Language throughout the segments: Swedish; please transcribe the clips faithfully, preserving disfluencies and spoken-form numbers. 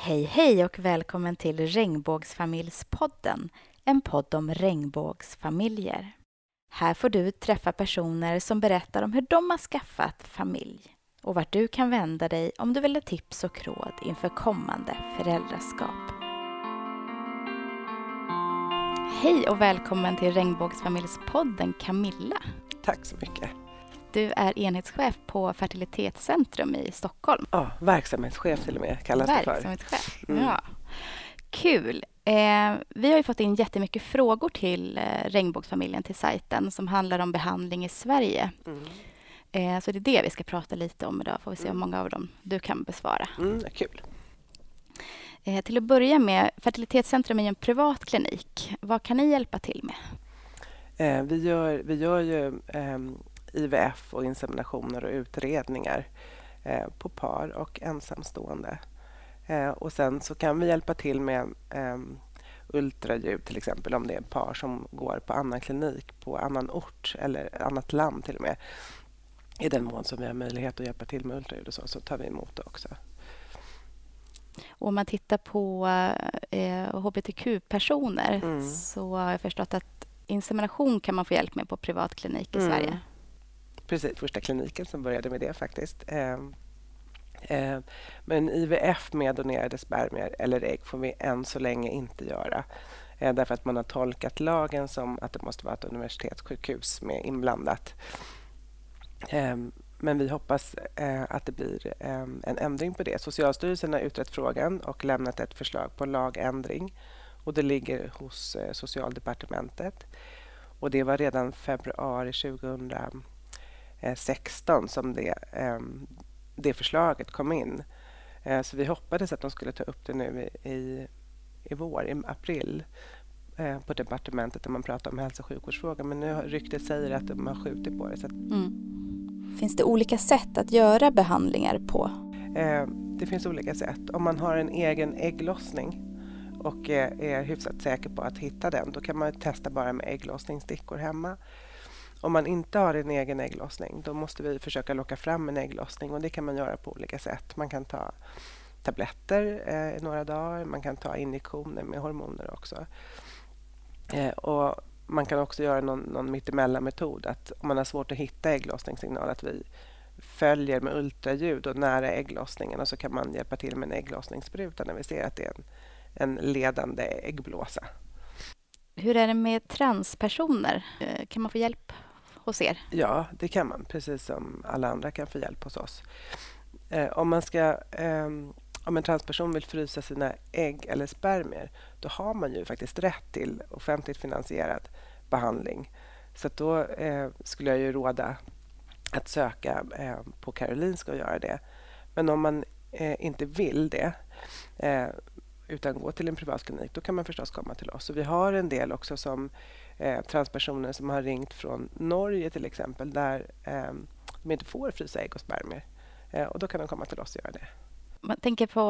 Hej hej och välkommen till Regnbågsfamiljspodden, en podd om regnbågsfamiljer. Här får du träffa personer som berättar om hur de har skaffat familj och vart du kan vända dig om du vill ha tips och råd inför kommande föräldraskap. Hej och välkommen till Regnbågsfamiljspodden, Camilla. Tack så mycket. Du är enhetschef på Fertilitetscentrum i Stockholm. Ja, verksamhetschef till och med kallas det för. Verksamhetschef, mm. ja. Kul. Eh, vi har ju fått in jättemycket frågor till eh, Regnbågsfamiljen, till sajten, som handlar om behandling i Sverige. Mm. Eh, så det är det vi ska prata lite om idag. Får vi se mm. hur många av dem du kan besvara. Mm, kul. Eh, till att börja med, Fertilitetscentrum är en privat klinik. Vad kan ni hjälpa till med? Eh, vi, gör, vi gör ju eh, I V F och inseminationer och utredningar eh, på par och ensamstående. Eh, och sen så kan vi hjälpa till med eh, ultraljud till exempel om det är par som går på annan klinik på annan ort eller annat land till och med. I den mån som vi har möjlighet att hjälpa till med ultraljud och så, så tar vi emot det också. Och om man tittar på eh, H B T Q-personer mm. så har jag förstått att insemination kan man få hjälp med på privatklinik i mm. Sverige. Precis, första kliniken som började med det faktiskt. Eh, eh, men I V F med donerade spermier eller ägg får vi än så länge inte göra. Eh, därför att man har tolkat lagen som att det måste vara ett universitetssjukhus med inblandat. Eh, men vi hoppas eh, att det blir eh, en ändring på det. Socialstyrelsen har utrett frågan och lämnat ett förslag på lagändring. Och det ligger hos eh, Socialdepartementet. Och det var redan februari tjugohundrasexton som det, eh, det förslaget kom in. Eh, så vi hoppades att de skulle ta upp det nu i, i, i vår, i april eh, på departementet där man pratar om hälso- och sjukvårdsfrågor. Men nu ryktet säger att de har skjutit på det. Så att... mm. Finns det olika sätt att göra behandlingar på? Eh, det finns olika sätt. Om man har en egen ägglossning och är, är hyfsat säker på att hitta den, då kan man testa bara med ägglossningsstickor hemma. Om man inte har en egen ägglossning, då måste vi försöka locka fram en ägglossning och det kan man göra på olika sätt. Man kan ta tabletter eh, i några dagar, man kan ta injektioner med hormoner också. Eh, och man kan också göra någon, någon mittemellan-metod, att om man har svårt att hitta ägglossningssignal, att vi följer med ultraljud och nära ägglossningen och så kan man hjälpa till med en ägglossningsspruta när vi ser att det är en, en ledande äggblåsa. Hur är det med transpersoner? Kan man få hjälp hos er? Ja, det kan man, precis som alla andra kan få hjälp hos oss. Eh, om man ska... Eh, Om en transperson vill frysa sina ägg eller spermier, då har man ju faktiskt rätt till offentligt finansierad behandling. Så att då eh, skulle jag ju råda att söka eh, på Karolinska och göra det. Men om man eh, inte vill det, eh, utan gå till en privatklinik, då kan man förstås komma till oss. Så vi har en del också som eh, transpersoner som har ringt från Norge till exempel, där eh, de inte får frysa ägg och spermier. Eh, och då kan de komma till oss och göra det. Man tänker på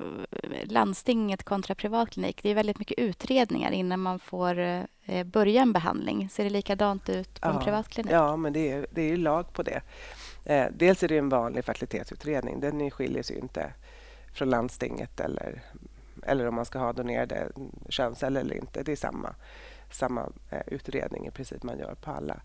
landstinget kontra privatklinik. Det är väldigt mycket utredningar innan man får eh, börja en behandling. Ser det likadant ut på ja, en privatklinik? Ja, men det är, det är ju lag på det. Eh, dels är det en vanlig fertilitetsutredning. Den skiljer sig inte från landstinget eller, eller om man ska ha donerade könsceller eller inte. Det är samma, samma eh, utredning i princip man gör på alla.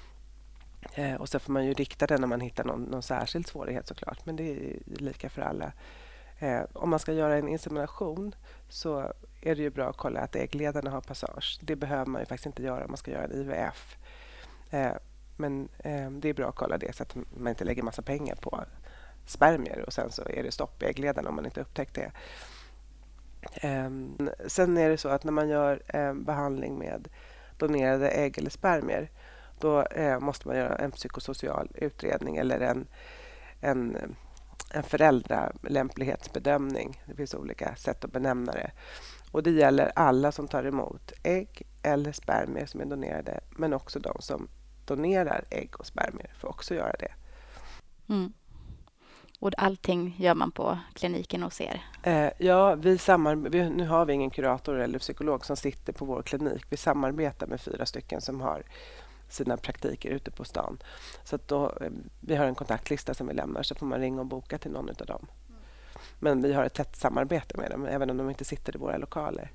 Eh, och så får man ju rikta den när man hittar någon, någon särskild svårighet såklart. Men det är lika för alla. Eh, om man ska göra en insemination så är det ju bra att kolla att äggledarna har passage. Det behöver man ju faktiskt inte göra om man ska göra en I V F. Eh, men eh, det är bra att kolla det så att man inte lägger massa pengar på spermier och sen så är det stopp i äggledarna om man inte upptäckt det. Eh, sen är det så att när man gör eh, behandling med donerade ägg eller spermier, då eh, måste man göra en psykosocial utredning eller en, en, en föräldralämplighetsbedömning. Det finns olika sätt att benämna det. Och det gäller alla som tar emot ägg eller spermier som är donerade, men också de som donerar ägg och spermier får också göra det. Mm. Och allting gör man på kliniken hos er? Eh, ja, vi samarbetar, nu har vi ingen kurator eller psykolog som sitter på vår klinik. Vi samarbetar med fyra stycken som har sina praktiker ute på stan. Så att då, vi har en kontaktlista som vi lämnar, så får man ringa och boka till någon av dem. Men vi har ett tätt samarbete med dem, även om de inte sitter i våra lokaler.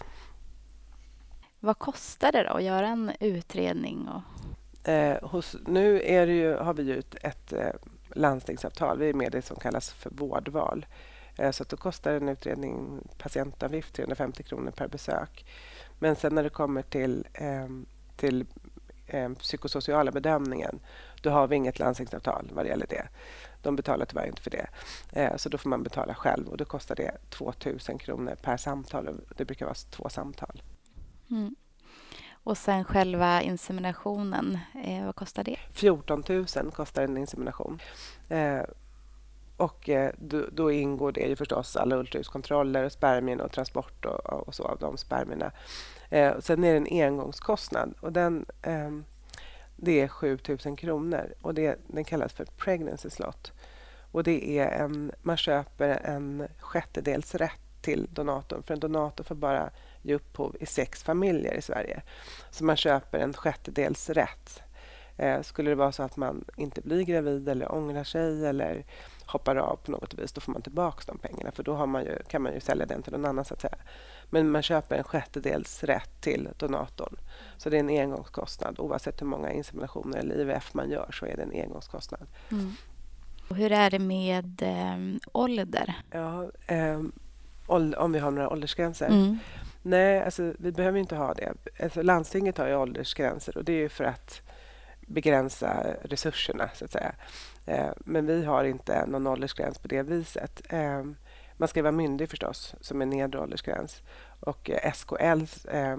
Vad kostar det då att göra en utredning? Och... Eh, hos, nu är det ju, har vi ju ett, ett eh, landstingsavtal. Vi är med det som kallas för vårdval. Eh, så att då kostar en utredning patientavgift trehundrafemtio kronor per besök. Men sen när det kommer till, eh, till eh, psykosociala bedömningen, då har vi inget landstingsavtal vad det gäller det. De betalar tyvärr inte för det. Eh, så då får man betala själv och då kostar det tvåtusen kronor per samtal. Och det brukar vara två samtal. Mm. Och sen själva inseminationen, eh, vad kostar det? fjorton tusen kostar en insemination. Eh, och eh, då, då ingår det ju förstås alla ultraljudskontroller och spermien och transport och, och så av de spermierna. Eh, och sen är det en engångskostnad och den, eh, det är sju tusen kronor och det, den kallas för pregnancy slot. Och det är en, man köper en sjättedels rätt till donatorn, för en donator får bara ge upphov i sex familjer i Sverige. Så man köper en sjättedels rätt. Eh, skulle det vara så att man inte blir gravid eller ångrar sig eller hoppar av på något vis, då får man tillbaka de pengarna, för då har man ju, kan man ju sälja den till någon annan så att säga. Men man köper en sjättedels rätt till donatorn. Så det är en engångskostnad. Oavsett hur många inseminationer eller I V F man gör så är det en engångskostnad. Mm. Och hur är det med eh, ålder? Ja, eh, om vi har några åldersgränser. Mm. Nej, alltså, vi behöver inte ha det. Alltså, landstinget har ju åldersgränser och det är ju för att begränsa resurserna så att säga. Eh, men vi har inte någon åldersgräns på det viset. Eh, man ska vara myndig förstås, som en nedre åldersgräns. Och eh, S K L, eh,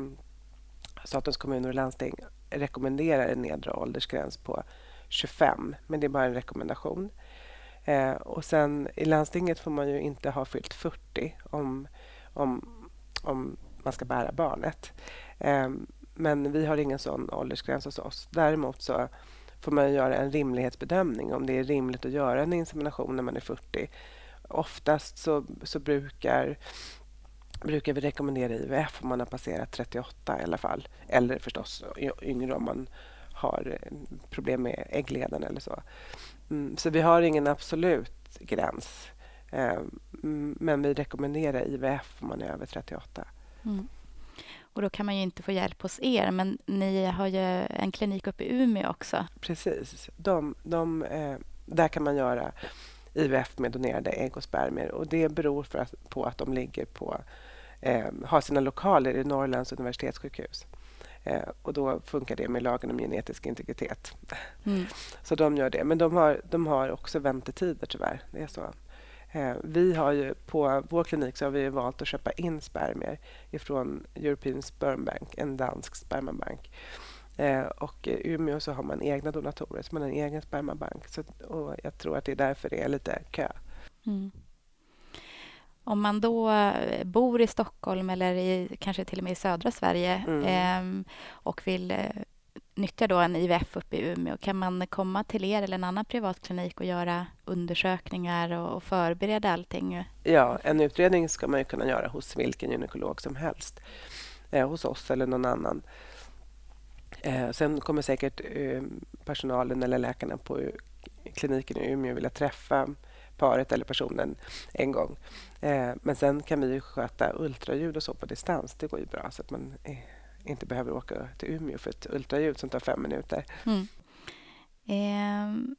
Statens kommuner och landsting, rekommenderar en nedre åldersgräns på tjugofem, men det är bara en rekommendation. Eh, och sen i landstinget får man ju inte ha fyllt fyrtio om, om, om man ska bära barnet. Eh, men vi har ingen sån åldersgräns hos oss. Däremot så får man göra en rimlighetsbedömning om det är rimligt att göra en insemination när man är fyrtio. Oftast så, så brukar, brukar vi rekommendera I V F om man har passerat trettioåtta i alla fall. Eller förstås yngre om man har problem med äggledan eller så. Mm, så vi har ingen absolut gräns. Eh, men vi rekommenderar I V F om man är över trettioåtta. Mm. Och då kan man ju inte få hjälp hos er, men ni har ju en klinik uppe i Umeå också. Precis. De, de, eh, där kan man göra I V F med donerade ägg och spermier. Och det beror för att, på att de ligger på, eh, har sina lokaler i Norrlands universitetssjukhus. Eh, och då funkar det med lagen om genetisk integritet. Mm. Så de gör det. Men de har, de har också väntetider tyvärr. Det är så. Eh, vi har ju, på vår klinik så har vi valt att köpa in spermier ifrån European Sperm Bank, en dansk spermabank. Eh, och i Umeå så har man egna donatorer, så man har en egen spermabank. Så, och jag tror att det är därför det är lite kö. Mm. Om man då bor i Stockholm eller i, kanske till och med i södra Sverige mm. eh, och vill eh, nyttja då en I V F uppe i Umeå, kan man komma till er eller en annan privatklinik och göra undersökningar och, och förbereda allting? Ja, en utredning ska man ju kunna göra hos vilken gynekolog som helst. Eh, hos oss eller någon annan. Eh, sen kommer säkert eh, personalen eller läkarna på kliniken i Umeå vilja träffa paret eller personen en gång. Eh, men sen kan vi ju sköta ultraljud och så på distans. Det går ju bra så att man eh, inte behöver åka till Umeå för ett ultraljud som tar fem minuter. Mm. Eh,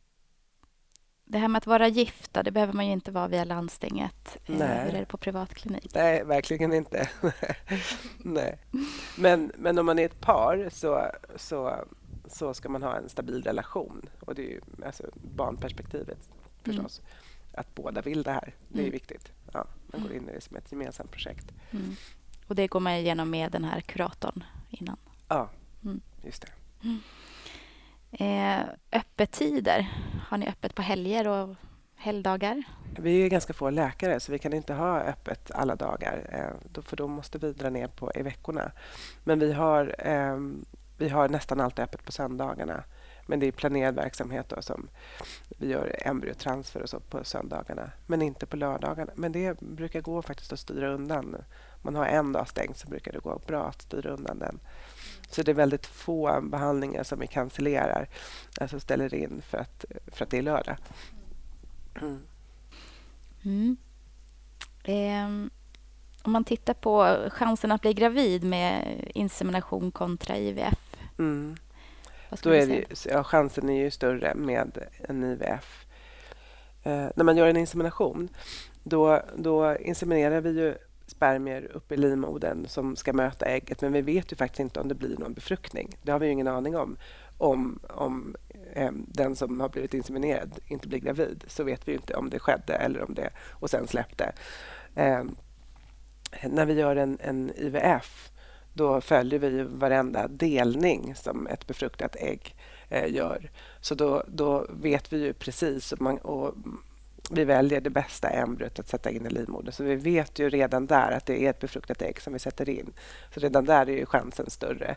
det här med att vara gifta, det behöver man ju inte vara via landstinget. Eh, Nej. Hur är det på privatklinik? Nej, verkligen inte. Nej. Men, men om man är ett par så, så, så ska man ha en stabil relation. Och det är ju alltså barnperspektivet förstås. Mm. Att båda vill det här. Det är mm. viktigt. Ja, man går in i det som ett gemensamt projekt. Mm. Och det går man igenom med den här kuratorn innan? Ja, mm. just det. Mm. Eh, öppettider. Har ni öppet på helger och helgdagar? Vi är ganska få läkare så vi kan inte ha öppet alla dagar. Eh, då, för då måste vi dra ner på i veckorna. Men vi har, eh, vi har nästan alltid öppet på söndagarna. Men det är planerad verksamhet då, som vi gör embryotransfer och så på söndagarna. Men inte på lördagarna. Men det brukar gå faktiskt att styra undan. Man har en dag stängt så brukar det gå bra att styra undan den. Så det är väldigt få behandlingar som vi cancellerar. Alltså ställer in för att, för att det är lördag. Mm. Mm. Eh, om man tittar på chansen att bli gravid med insemination kontra I V F. Mm. Vad Då skulle är du det, säga? ju- ja, chansen är ju större med en I V F. Eh, när man gör en insemination, då, då inseminerar vi ju spermier upp i livmodern som ska möta ägget, men vi vet ju faktiskt inte om det blir någon befruktning. Det har vi ju ingen aning om. Om, om eh, den som har blivit inseminerad inte blir gravid, så vet vi ju inte om det skedde eller om det och sen släppte. Eh, när vi gör en, en I V F, då följer vi ju varenda delning som ett befruktat ägg eh, gör. Så då, då vet vi ju precis och, man, och vi väljer det bästa embryot att sätta in i livmodern. Så vi vet ju redan där att det är ett befruktat ägg som vi sätter in. Så redan där är ju chansen större.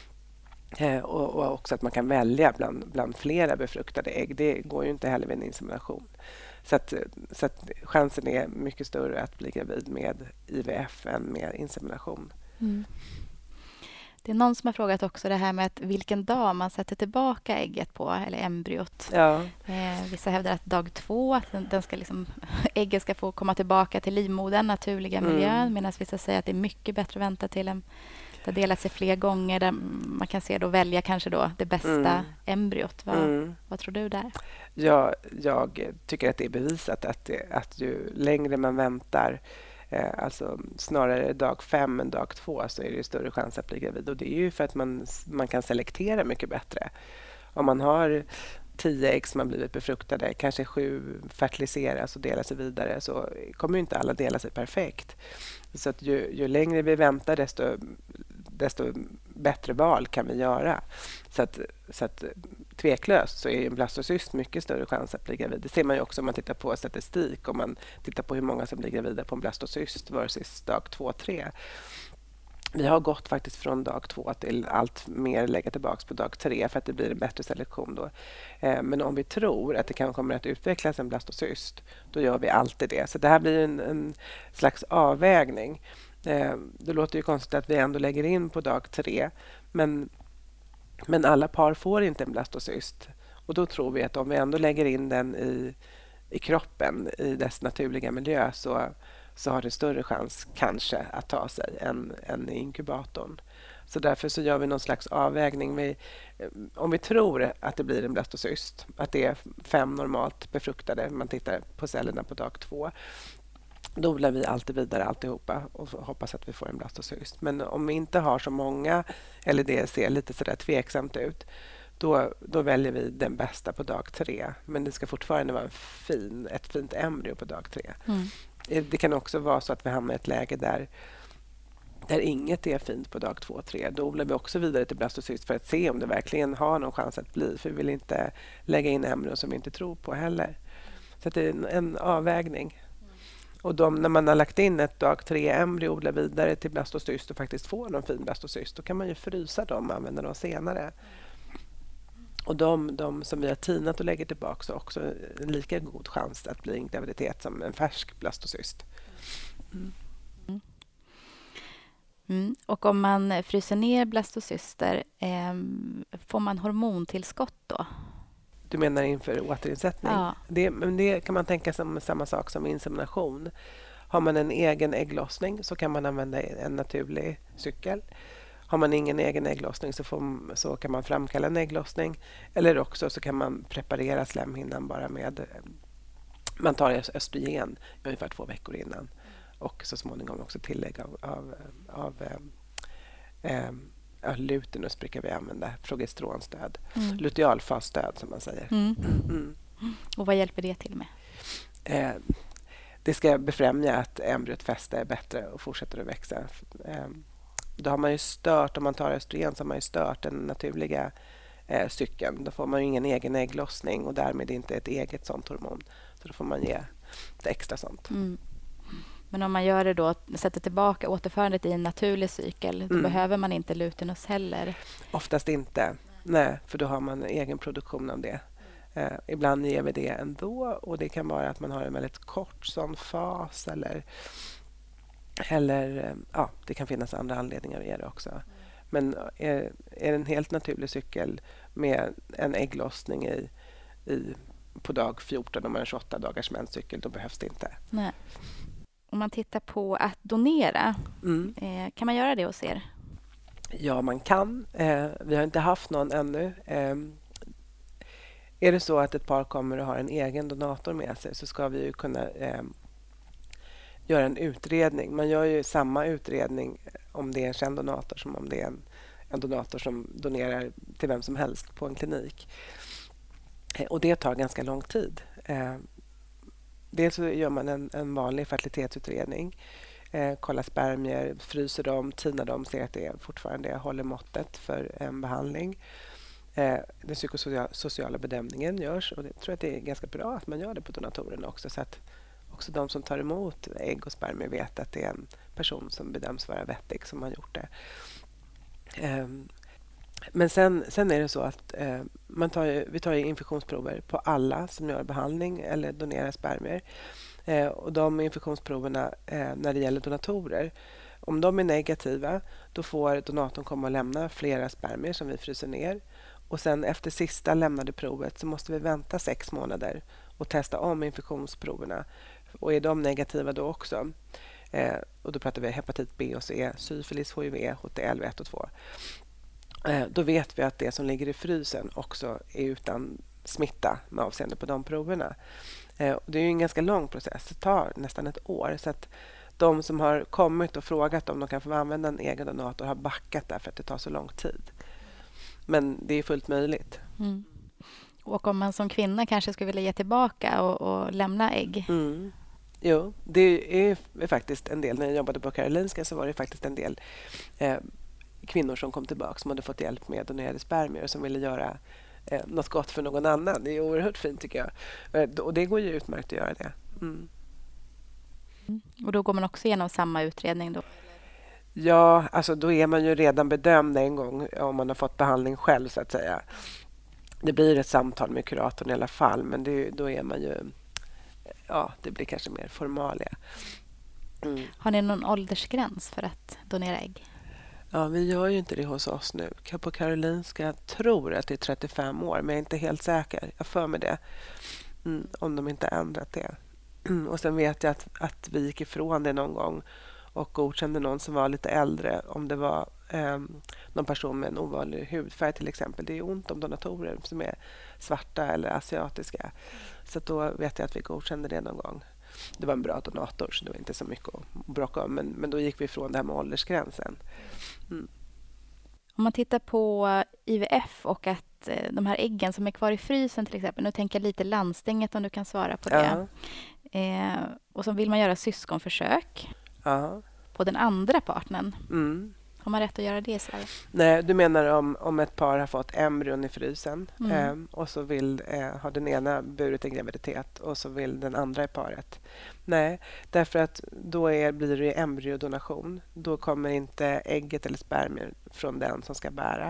Eh, och, och också att man kan välja bland, bland flera befruktade ägg. Det går ju inte heller vid en insemination. Så, att, så att chansen är mycket större att bli gravid med I V F än med insemination. Mm. Det är någon som har frågat också det här med att vilken dag man sätter tillbaka ägget på, eller embryot. Ja. Eh, vissa hävdar att dag två, att den, den ska liksom, ägget ska få komma tillbaka till livmodern, naturliga Mm. miljön, medan vissa säger att det är mycket bättre att vänta till en det har delat sig fler gånger, där man kan se då välja kanske då det bästa Mm. embryot. Vad, Mm. vad tror du där? Jag, jag tycker att det är bevisat att, det, att ju längre man väntar, eh, alltså snarare dag fem än dag två, så är det ju större chans att bli gravid. Och det är ju för att man, man kan selektera mycket bättre. Om man har tio ägg som har blivit befruktade, kanske sju fertiliseras och delar sig vidare, så kommer ju inte alla dela sig perfekt. Så att ju, ju längre vi väntar, desto, desto bättre val kan vi göra. Så att, så att tveklöst så är en blastocyst mycket större chans att bli gravid. Det ser man ju också om man tittar på statistik, om man tittar på hur många som blir gravida på en blastocyst versus dag två, tre. Vi har gått faktiskt från dag två till allt mer lägga tillbaka på dag tre för att det blir en bättre selektion då. Eh, men om vi tror att det kan komma att utvecklas en blastocyst, då gör vi alltid det. Så det här blir en, en slags avvägning. Eh, det låter ju konstigt att vi ändå lägger in på dag tre, men, men alla par får inte en blastocyst. Och då tror vi att om vi ändå lägger in den i, i kroppen, i dess naturliga miljö, så så har det större chans kanske att ta sig än, än i inkubatorn. Så därför så gör vi någon slags avvägning. Vi, om vi tror att det blir en blastocyst, att det är fem normalt befruktade, man tittar på cellerna på dag två, då odlar vi alltid vidare alltihopa och hoppas att vi får en blastocyst. Men om vi inte har så många, eller det ser lite sådär tveksamt ut, Då, då väljer vi den bästa på dag tre. Men det ska fortfarande vara en fin, ett fint embryo på dag tre. Mm. Det kan också vara så att vi hamnar i ett läge där, där inget är fint på dag två, tre. Då odlar vi också vidare till blastocyst för att se om det verkligen har någon chans att bli. För vi vill inte lägga in embryon som vi inte tror på heller. Så att det är en, en avvägning. Och de, när man har lagt in ett dag tre embryo och odlar vidare till blastocyst och faktiskt får någon fin blastocyst, då kan man ju frysa dem och använda dem senare. Och de, de som vi har tinat och lägger tillbaka har också en lika god chans att bli en graviditet som en färsk blastocyst. Mm. Mm. Och om man fryser ner blastocyster, eh, får man hormontillskott då? Du menar inför återinsättning? Ja. Det, men det kan man tänka som samma sak som insemination. Har man en egen ägglossning så kan man använda en naturlig cykel. Har man ingen egen ägglossning så, får, så kan man framkalla en ägglossning. Eller också så kan man preparera slemhinnan bara med... Man tar östrogen ungefär två veckor innan. Och så småningom också tillägg av, av, av eh, eh, luteus brukar vi använda. Progesteronstöd. Mm. Lutealfasstöd som man säger. Mm. Mm. Och vad hjälper det till med? Eh, det ska befrämja att embryot fäster bättre och fortsätter att växa. Eh, Då har man ju stört, om man tar östrogen så har man ju stört den naturliga eh, cykeln. Då får man ju ingen egen ägglossning och därmed inte ett eget sånt hormon. Så då får man ge ett extra sånt. Mm. Men om man gör det då, sätter tillbaka återförandet i en naturlig cykel, då mm. behöver man inte luteus heller? Oftast inte. Nej, för då har man egen produktion av det. Eh, ibland ger vi det ändå och det kan vara att man har en väldigt kort sån fas eller... Eller, ja, det kan finnas andra anledningar att göra det också. Mm. Men är, är det en helt naturlig cykel med en ägglossning i, i, på dag fjorton, om man har en tjugoåtta dagars menscykel, då behövs det inte. Nej. Om man tittar på att donera, Mm. eh, kan man göra det hos er? Ja, man kan. Eh, vi har inte haft någon ännu. Eh, är det så att ett par kommer och har en egen donator med sig så ska vi ju kunna eh, göra en utredning. Man gör ju samma utredning om det är en känd donator som om det är en, en donator som donerar till vem som helst på en klinik. Eh, och det tar ganska lång tid. Eh, dels så gör man en, en vanlig fertilitetsutredning. Eh, kolla spermier, fryser dem, tinar dem, ser att det fortfarande håller måttet för en behandling. Eh, den psykosociala bedömningen görs och jag tror att det är ganska bra att man gör det på donatorerna också så att också de som tar emot ägg och spermier vet att det är en person som bedöms vara vettig som har gjort det. Eh, men sen, sen är det så att eh, man tar ju, vi tar ju infektionsprover på alla som gör behandling eller donerar spermier. Eh, och de infektionsproverna eh, när det gäller donatorer, om de är negativa då får donatorn komma och lämna flera spermier som vi fryser ner. Och sen efter sista lämnade provet så måste vi vänta sex månader och testa om infektionsproverna. Och är de negativa då också, eh, och då pratar vi hepatit B och C, syfilis, H I V, H T L V ett och två. Eh, då vet vi att det som ligger i frysen också är utan smitta med avseende på de proverna. Eh, det är ju en ganska lång process, det tar nästan ett år. Så att de som har kommit och frågat om de kan få använda en egen donator har backat därför att det tar så lång tid. Men det är fullt möjligt. Mm. Och om man som kvinna kanske skulle vilja ge tillbaka och, och lämna ägg? Mm. Jo, det är faktiskt en del. När jag jobbade på Karolinska så var det faktiskt en del eh, kvinnor som kom tillbaka som hade fått hjälp med donerade spermier och som ville göra eh, något gott för någon annan. Det är oerhört fint tycker jag. Eh, och det går ju utmärkt att göra det. Mm. Mm. Och då går man också igenom samma utredning då? Ja, alltså då är man ju redan bedömd en gång om man har fått behandling själv så att säga. Det blir ett samtal med kuratorn i alla fall, men det, då är man ju, ja, det blir kanske mer formalia. Mm. Har ni någon åldersgräns för att donera ägg? Ja, vi gör ju inte det hos oss nu. På Karolinska tror att det är trettiofem år, men jag är inte helt säker. Jag för mig det, mm, om de inte ändrat det. Mm. Och sen vet jag att, att vi gick ifrån det någon gång och godkände någon som var lite äldre om det var eh, någon person med en ovanlig hudfärg till exempel. Det är ont om donatorer som är svarta eller asiatiska. Så då vet jag att vi godkände det någon gång. Det var en bra donator så det var inte så mycket att bråka om. Men, men då gick vi ifrån det här med åldersgränsen. Mm. Om man tittar på I V F och att eh, de här äggen som är kvar i frysen till exempel. Nu tänker jag lite landstinget om du kan svara på det. Ja. Eh, och så vill man göra syskonförsök. Ja. På den andra partnern. Mm. Har man rätt att göra det i Sverige? Nej, du menar om, om ett par har fått embryon i frysen mm. eh, och så vill eh, ha den ena burit en graviditet och så vill den andra i paret. Nej, därför att då är, blir det embryodonation. Då kommer inte ägget eller spermier från den som ska bära.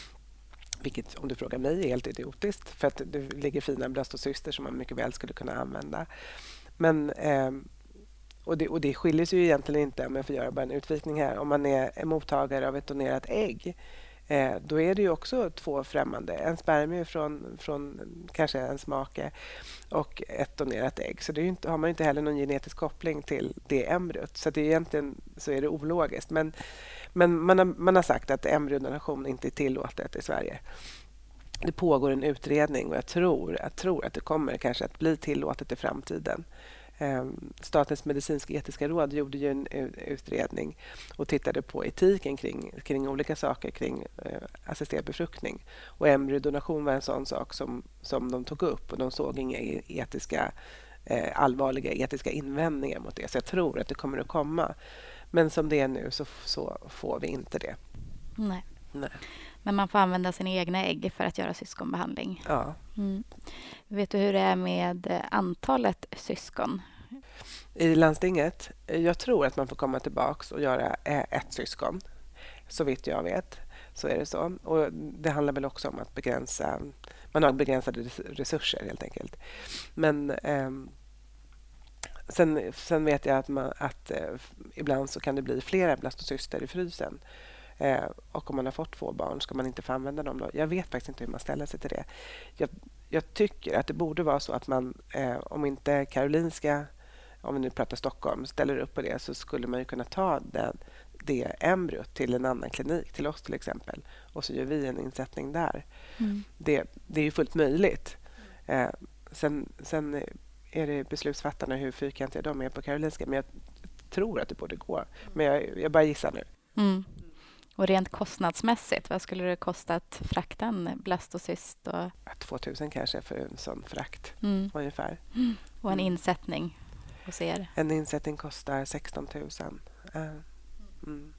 Vilket om du frågar mig är helt idiotiskt för att det ligger fina blastocyster som man mycket väl skulle kunna använda. Men eh, Och det, och det skiljer sig ju egentligen inte, om jag får göra bara en utvikning här, om man är mottagare av ett donerat ägg. Eh, då är det ju också två främmande. En spermie från, från kanske en make och ett donerat ägg. Så det är ju inte, har man ju inte heller någon genetisk koppling till det embryot. Så det är egentligen så är det ologiskt. Men, men man, har, man har sagt att embryodonation inte är tillåtet i Sverige. Det pågår en utredning och jag tror, jag tror att det kommer kanske att bli tillåtet i framtiden. Statens medicinsk-etiska råd gjorde ju en utredning och tittade på etiken kring, kring olika saker kring eh, assisterad befruktning. Och embryodonation var en sån sak som, som de tog upp och de såg inga etiska, eh, allvarliga etiska invändningar mot det. Så jag tror att det kommer att komma. Men som det är nu så, så får vi inte det. Nej. Nej. Men man får använda sina egna ägg för att göra syskonbehandling. Ja. Mm. Vet du hur det är med antalet syskon? I landstinget, jag tror att man får komma tillbaka och göra ett syskon. Så vitt jag vet så är det så. Och det handlar väl också om att begränsa, man har begränsade resurser helt enkelt. Men eh, sen, sen vet jag att, man, att eh, ibland så kan det bli flera blastocyster i frysen. Eh, och om man har fått två barn ska man inte få använda dem då. Jag vet faktiskt inte hur man ställer sig till det. Jag, jag tycker att det borde vara så att man, eh, om inte Karolinska om vi nu pratar Stockholm, ställer upp på det, så skulle man ju kunna ta den, det embryot till en annan klinik, till oss till exempel. Och så gör vi en insättning där. Mm. Det, det är ju fullt möjligt. Eh, sen, sen är det beslutsfattarna hur fyrkantiga de är på Karolinska. Men jag tror att det borde gå. Men jag, jag bara gissar nu. Mm. Och rent kostnadsmässigt, vad skulle det kosta att frakta en blastocyst? Och... tvåtusen kanske för en sån frakt, mm. ungefär. Mm. Och en insättning hos er? En insättning kostar sexton tusen. Uh, mm.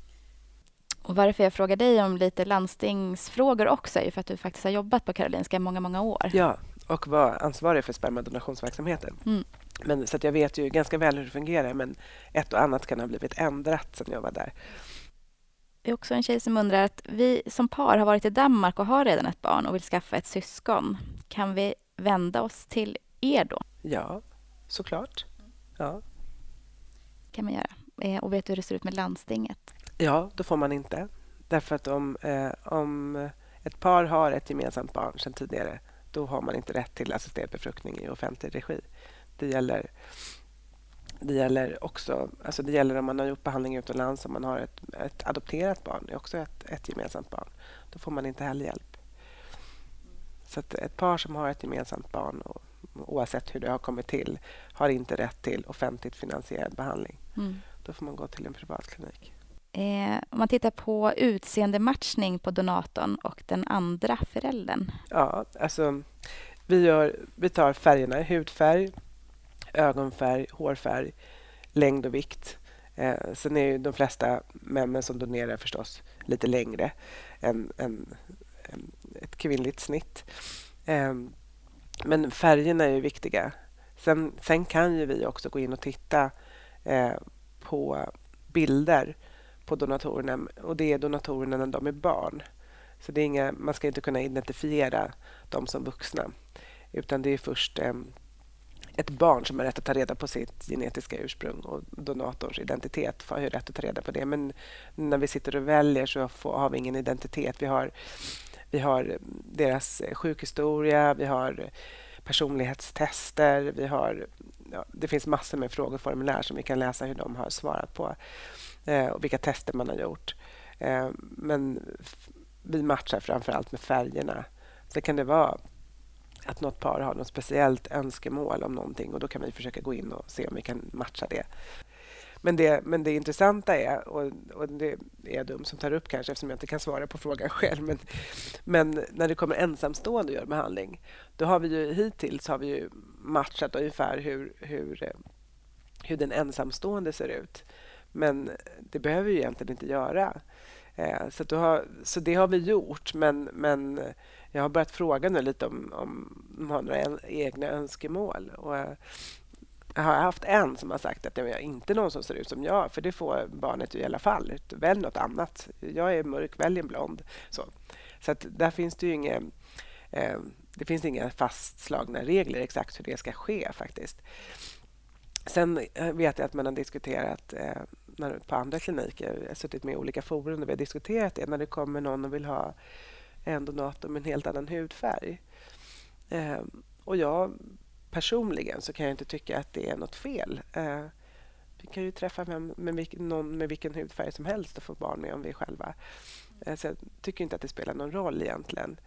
Och varför jag frågar dig om lite landstingsfrågor också är för att du faktiskt har jobbat på Karolinska i många, många år. Ja, och var ansvarig för spermadonationsverksamheten. Mm. Men, så att jag vet ju ganska väl hur det fungerar, men ett och annat kan ha blivit ändrat sedan jag var där. Det är också en tjej som undrar att vi som par har varit i Danmark och har redan ett barn och vill skaffa ett syskon. Kan vi vända oss till er då? Ja, såklart. Ja. Kan man göra. Och vet du hur det ser ut med landstinget? Ja, då får man inte. Därför att om, eh, om ett par har ett gemensamt barn sedan tidigare, då har man inte rätt till assisterad befruktning i offentlig regi. Det gäller, det gäller också, alltså det gäller om man har gjort behandling utomlands, om man har ett, ett adopterat barn, det är också ett, ett gemensamt barn. Då får man inte heller hjälp. Så att ett par som har ett gemensamt barn, och, oavsett hur det har kommit till, har inte rätt till offentligt finansierad behandling. Mm. Då får man gå till en privatklinik. Eh, om man tittar på utseendematchning på donatorn och den andra föräldern. Ja, alltså vi, gör, vi tar färgerna, hudfärg, ögonfärg, hårfärg, längd och vikt. Eh, sen är ju de flesta männen som donerar förstås lite längre än, än, än ett kvinnligt snitt. Eh, men färgerna är ju viktiga. Sen, sen kan ju vi också gå in och titta eh, på bilder på donatorerna, och det är donatorerna när de är barn. Så det är inga, man ska inte kunna identifiera dem som vuxna, utan det är först eh, ett barn som har rätt att ta reda på sitt genetiska ursprung, och donatorns identitet har ju rätt att ta reda på det. Men när vi sitter och väljer så får, har vi ingen identitet. Vi har, vi har deras sjukhistoria, vi har personlighetstester, vi har, ja, det finns massor med frågeformulär som vi kan läsa hur de har svarat på eh, och vilka tester man har gjort. Eh, men f- vi matchar framförallt med färgerna. Så kan det vara att något par har något speciellt önskemål om någonting, och då kan vi försöka gå in och se om vi kan matcha det. Men det, men det intressanta är, och, och det är jag dum som tar upp kanske eftersom jag inte kan svara på frågan själv, men, men när det kommer ensamstående och gör behandling, då har vi ju hittills har vi ju matchat ungefär hur, hur, hur den ensamstående ser ut. Men det behöver vi egentligen inte göra. Eh, så, då har, så det har vi gjort, men, men jag har börjat fråga nu lite om, om de har några en, egna önskemål. Och, jag har haft en som har sagt att jag är inte någon som ser ut som jag, för det får barnet i alla fall. Välj något annat. Jag är mörk, välj en blond. Så, så att där finns det ju inga, eh, det finns inga fastslagna regler exakt hur det ska ske faktiskt. Sen vet jag att man har diskuterat eh, när, på andra kliniker, jag har suttit med i olika forum och vi har diskuterat det, när det kommer någon och vill ha en donator med en helt annan hudfärg. Eh, och jag personligen så kan jag inte tycka att det är något fel. Eh, vi kan ju träffa med, med vilk, någon med vilken hudfärg som helst och få barn med om vi själva. Eh, så jag tycker inte att det spelar någon roll egentligen.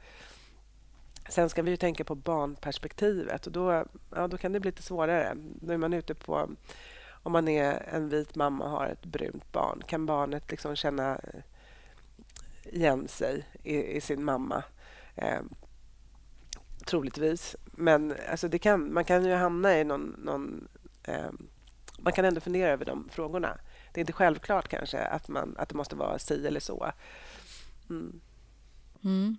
Sen ska vi ju tänka på barnperspektivet, och då, ja, då kan det bli lite svårare. Då är man ute på, om man är en vit mamma och har ett brunt barn, kan barnet liksom känna igen sig i, i sin mamma? Eh, troligtvis. Men alltså det kan, man kan ju hamna i någon... någon eh, man kan ändå fundera över de frågorna. Det är inte självklart kanske att, man, att det måste vara si eller så. Mm. Mm.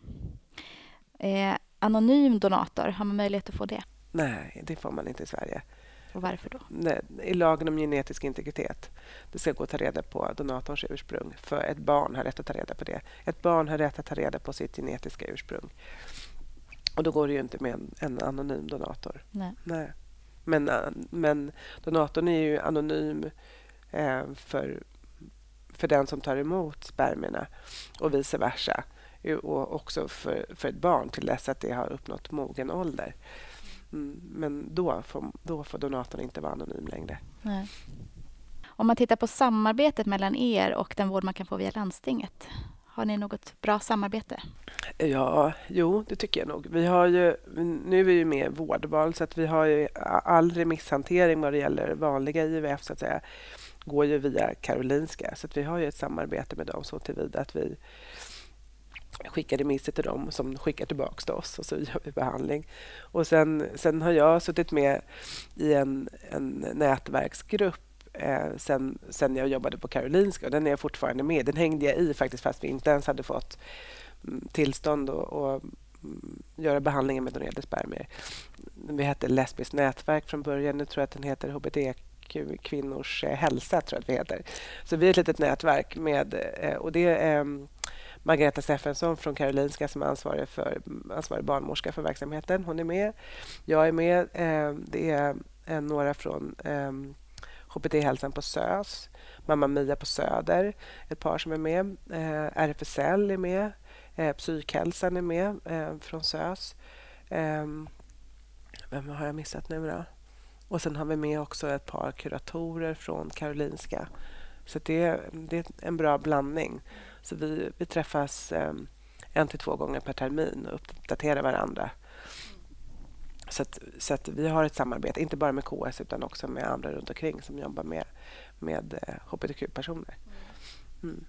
Eh, anonym donator, har man möjlighet att få det? Nej, det får man inte i Sverige. Och varför då? Nej, i lagen om genetisk integritet. Det ska gå att ta reda på donatorns ursprung. För ett barn har rätt att ta reda på det. Ett barn har rätt att ta reda på sitt genetiska ursprung. Och då går det ju inte med en, en anonym donator. Nej. Nej. Men, men donatorn är ju anonym eh, för, för den som tar emot spermierna och vice versa. Och också för, för ett barn till dess att det har uppnått mogen ålder. Mm, men då får, då får donatorn inte vara anonym längre. Nej. Om man tittar på samarbetet mellan er och den vård man kan få via landstinget, har ni något bra samarbete? Ja, jo, det tycker jag nog. Vi har ju, nu är vi ju med i vårdval, så att vi har ju all remisshantering vad det gäller vanliga I V F så att säga, går ju via Karolinska. Så att vi har ju ett samarbete med dem så tillvida att vi skickar remisser till dem som skickar tillbaka till oss och så gör vi behandling. Och sen, sen har jag suttit med i en, en nätverksgrupp Eh, sen, sen jag jobbade på Karolinska, och den är jag fortfarande med. Den hängde jag i faktiskt fast vi inte ens hade fått mm, tillstånd att och, mm, göra behandlingen med donerade spermier. Vi hette Lesbiskt nätverk från början. Nu tror jag att den heter H B T Q kvinnors eh, hälsa, tror jag att vi heter. Så vi är ett litet nätverk med, eh, och det är eh, Margareta Steffensson från Karolinska som är ansvarig, för, ansvarig barnmorska för verksamheten. Hon är med. Jag är med. Eh, det är eh, några från eh, H B T-hälsan på SÖS, Mamma Mia på Söder, ett par som är med. Eh, R F S L är med, eh, Psykhälsan är med eh, från SÖS. Eh, vem har jag missat nu då? Och sen har vi med också ett par kuratorer från Karolinska. Så det är, det är en bra blandning. Så vi, vi träffas eh, en till två gånger per termin och uppdaterar varandra. Så, att, så att vi har ett samarbete, inte bara med K S utan också med andra runt omkring som jobbar med, med H B T Q-personer. Mm.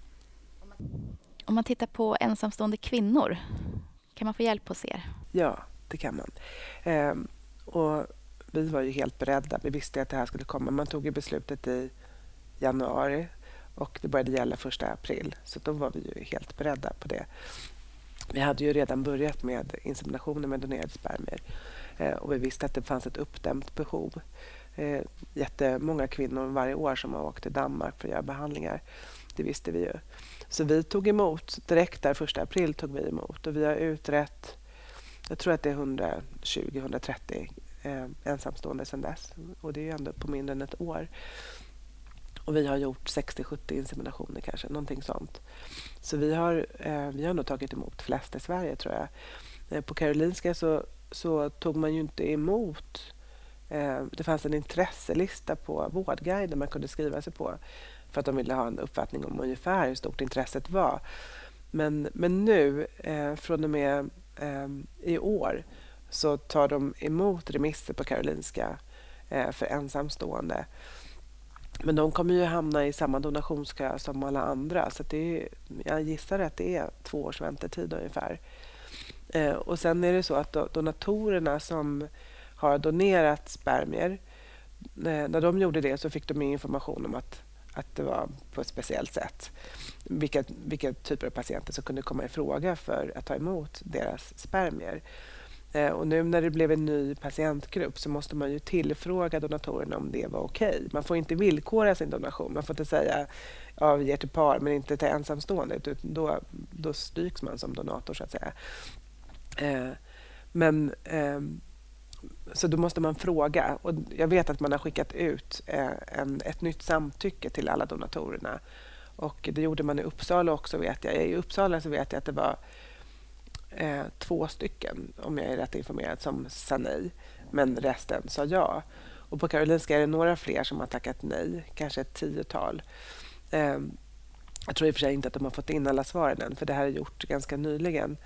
Om man tittar på ensamstående kvinnor, kan man få hjälp hos er? Ja, det kan man. Ehm, och vi var ju helt beredda. Vi visste att det här skulle komma. Man tog ju beslutet i januari och det började gälla första april. Så då var vi ju helt beredda på det. Vi hade ju redan börjat med inseminationer med donerade spermier. Och vi visste att det fanns ett uppdämt behov. Eh, jättemånga kvinnor varje år som har åkt till Danmark för att göra behandlingar. Det visste vi ju. Så vi tog emot, direkt där första april tog vi emot. Och vi har utrett, jag tror att det är hundratjugo till hundratrettio eh, ensamstående sedan dess. Och det är ju ändå på mindre än ett år. Och vi har gjort sextio till sjuttio inseminationer kanske, någonting sånt. Så vi har, eh, vi har nog tagit emot flest i Sverige tror jag. Eh, på Karolinska så så tog man ju inte emot. Eh, det fanns en intresselista på Vårdguiden man kunde skriva sig på för att de ville ha en uppfattning om ungefär hur stort intresset var. Men, men nu, eh, från och med eh, i år, så tar de emot remisser på Karolinska eh, för ensamstående. Men de kommer ju hamna i samma donationskö som alla andra. Så det är, jag gissar att det är två års väntetid ungefär. Eh, och sen är det så att donatorerna som har donerat spermier, eh, när de gjorde det så fick de information om att, att det var på ett speciellt sätt. Vilka, vilka typer av patienter som kunde komma i fråga för att ta emot deras spermier. Eh, och nu när det blev en ny patientgrupp så måste man ju tillfråga donatorerna om det var okej. Okay. Man får inte villkora sin donation. Man får inte säga ja, vi ger till par men inte till ensamstående. Då, då stryks man som donator så att säga. Eh, men eh, så då måste man fråga, och jag vet att man har skickat ut eh, en, ett nytt samtycke till alla donatorerna, och det gjorde man i Uppsala också vet jag. I Uppsala så vet jag att det var eh, två stycken, om jag är rätt informerad, som sa nej, men resten sa ja. Och på Karolinska är det några fler som har tackat nej, kanske ett tiotal. Eh, jag tror i och för sig inte att de har fått in alla svaren än, för det här är gjort ganska nyligen.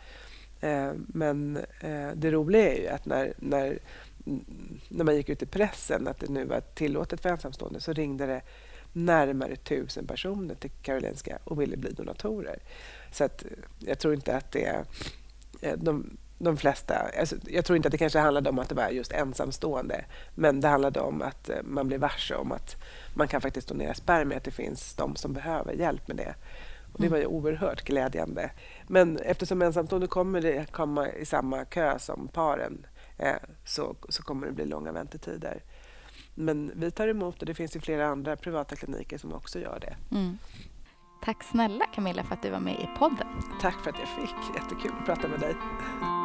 Men det roliga är ju att när, när, när man gick ut i pressen att det nu var tillåtet för ensamstående så ringde det närmare tusen personer till Karolinska och ville bli donatorer. Så att jag tror inte att det är de, de flesta, alltså jag tror inte att det kanske handlade om att det var just ensamstående, men det handlade om att man blev varse om att man kan faktiskt donera spermier, att det finns de som behöver hjälp med det. Och det var ju oerhört glädjande. Men eftersom ensamstående kommer det komma i samma kö som paren eh, så, så kommer det bli långa väntetider. Men vi tar emot, och det finns ju flera andra privata kliniker som också gör det. Mm. Tack snälla Camilla för att du var med i podden. Tack för att jag fick. Jättekul att prata med dig.